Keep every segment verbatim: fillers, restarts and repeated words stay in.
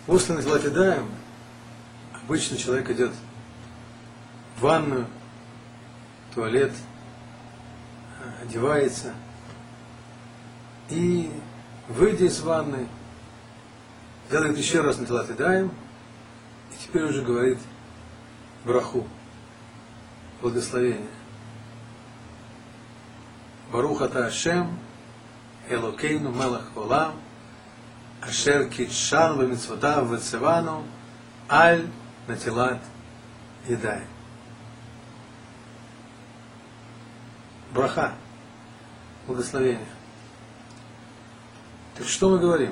После Натилат Ядаим обычно человек идет в ванную, в туалет, одевается и, выйдя из ванны, делает еще раз Натилат Ядаим и теперь уже говорит браху, благословение. Барух ата Ашем, Элокейну мелах олам, Ашер китшан вемицвотав вецевану, аль Натилат Ядаим. Браха, благословение. Так что мы говорим?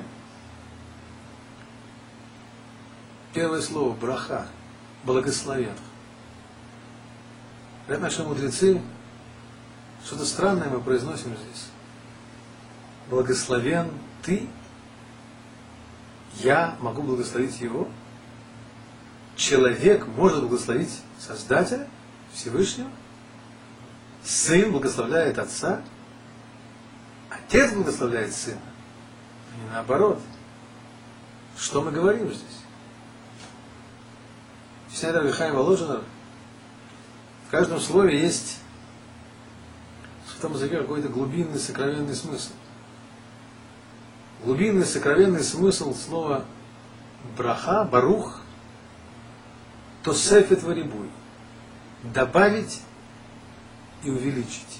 Первое слово браха, благословен. Говорят наши мудрецы, что-то странное мы произносим здесь. Благословен ты, я могу благословить его. Человек может благословить Создателя Всевышнего. Сын благословляет отца. Отец благословляет сына. А не наоборот. Что мы говорим здесь? Объясняет Рав Хаим Воложенер, в каждом слове есть в том языке какой-то глубинный, сокровенный смысл. Глубинный, сокровенный смысл слова браха, барух, тосефет варибуй. Добавить и увеличить.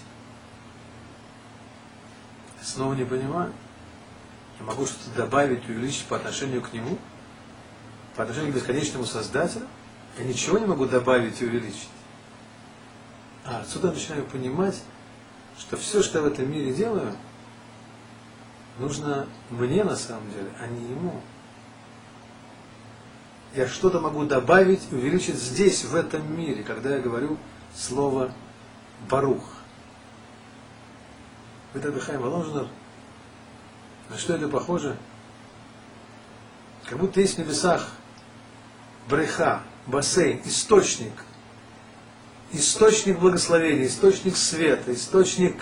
Я снова не понимаю. Я могу что-то добавить и увеличить по отношению к нему, по отношению к бесконечному Создателю. Я ничего не могу добавить и увеличить. А отсюда я начинаю понимать, что все, что я в этом мире делаю, нужно мне на самом деле, а не ему. Я что-то могу добавить и увеличить здесь, в этом мире, когда я говорю слово барух. Это Рав Хаим Воложенер. На что это похоже? Как будто есть в небесах бреха, бассейн, источник. Источник благословения, источник света, источник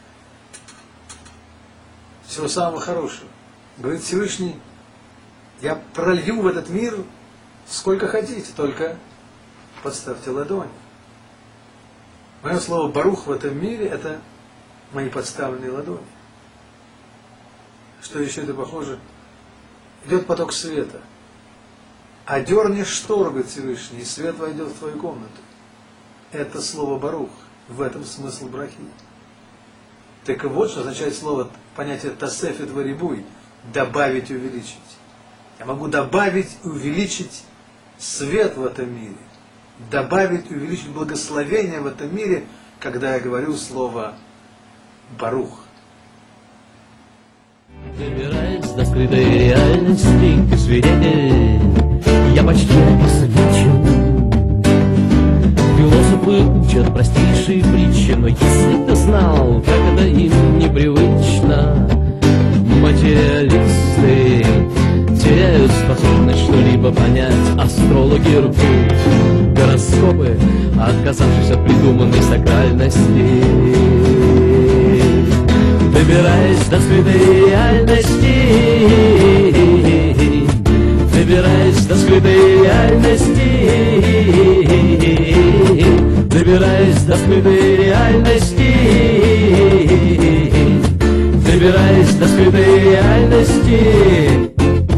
всего самого хорошего. Говорит Всевышний, я пролью в этот мир сколько хотите, только подставьте ладонь. Мое слово барух в этом мире — это мои подставленные ладони. Что еще это похоже? Идет поток света. Одерни штору, говорит Всевышний, и свет войдет в твою комнату. Это слово барух. В этом смысл брахи. Так вот, что означает слово, понятие тасефет варибуй. Добавить и увеличить. Я могу добавить и увеличить свет в этом мире. Добавить и увеличить благословение в этом мире, когда я говорю слово барух. Добираясь до скрытой реальности, ты свидетель, я почти обезличен. Философы учат простейшие притчи, но если ты знал, как это им непривычно, материалисты теряют способность что-либо понять. Астрологи рвут гороскопы, отказавшись от придуманной сакральности. Добираясь до скрытой реальности, добираясь до скрытой реальности, добираясь до скрытой реальности, добираясь до скрытой реальности.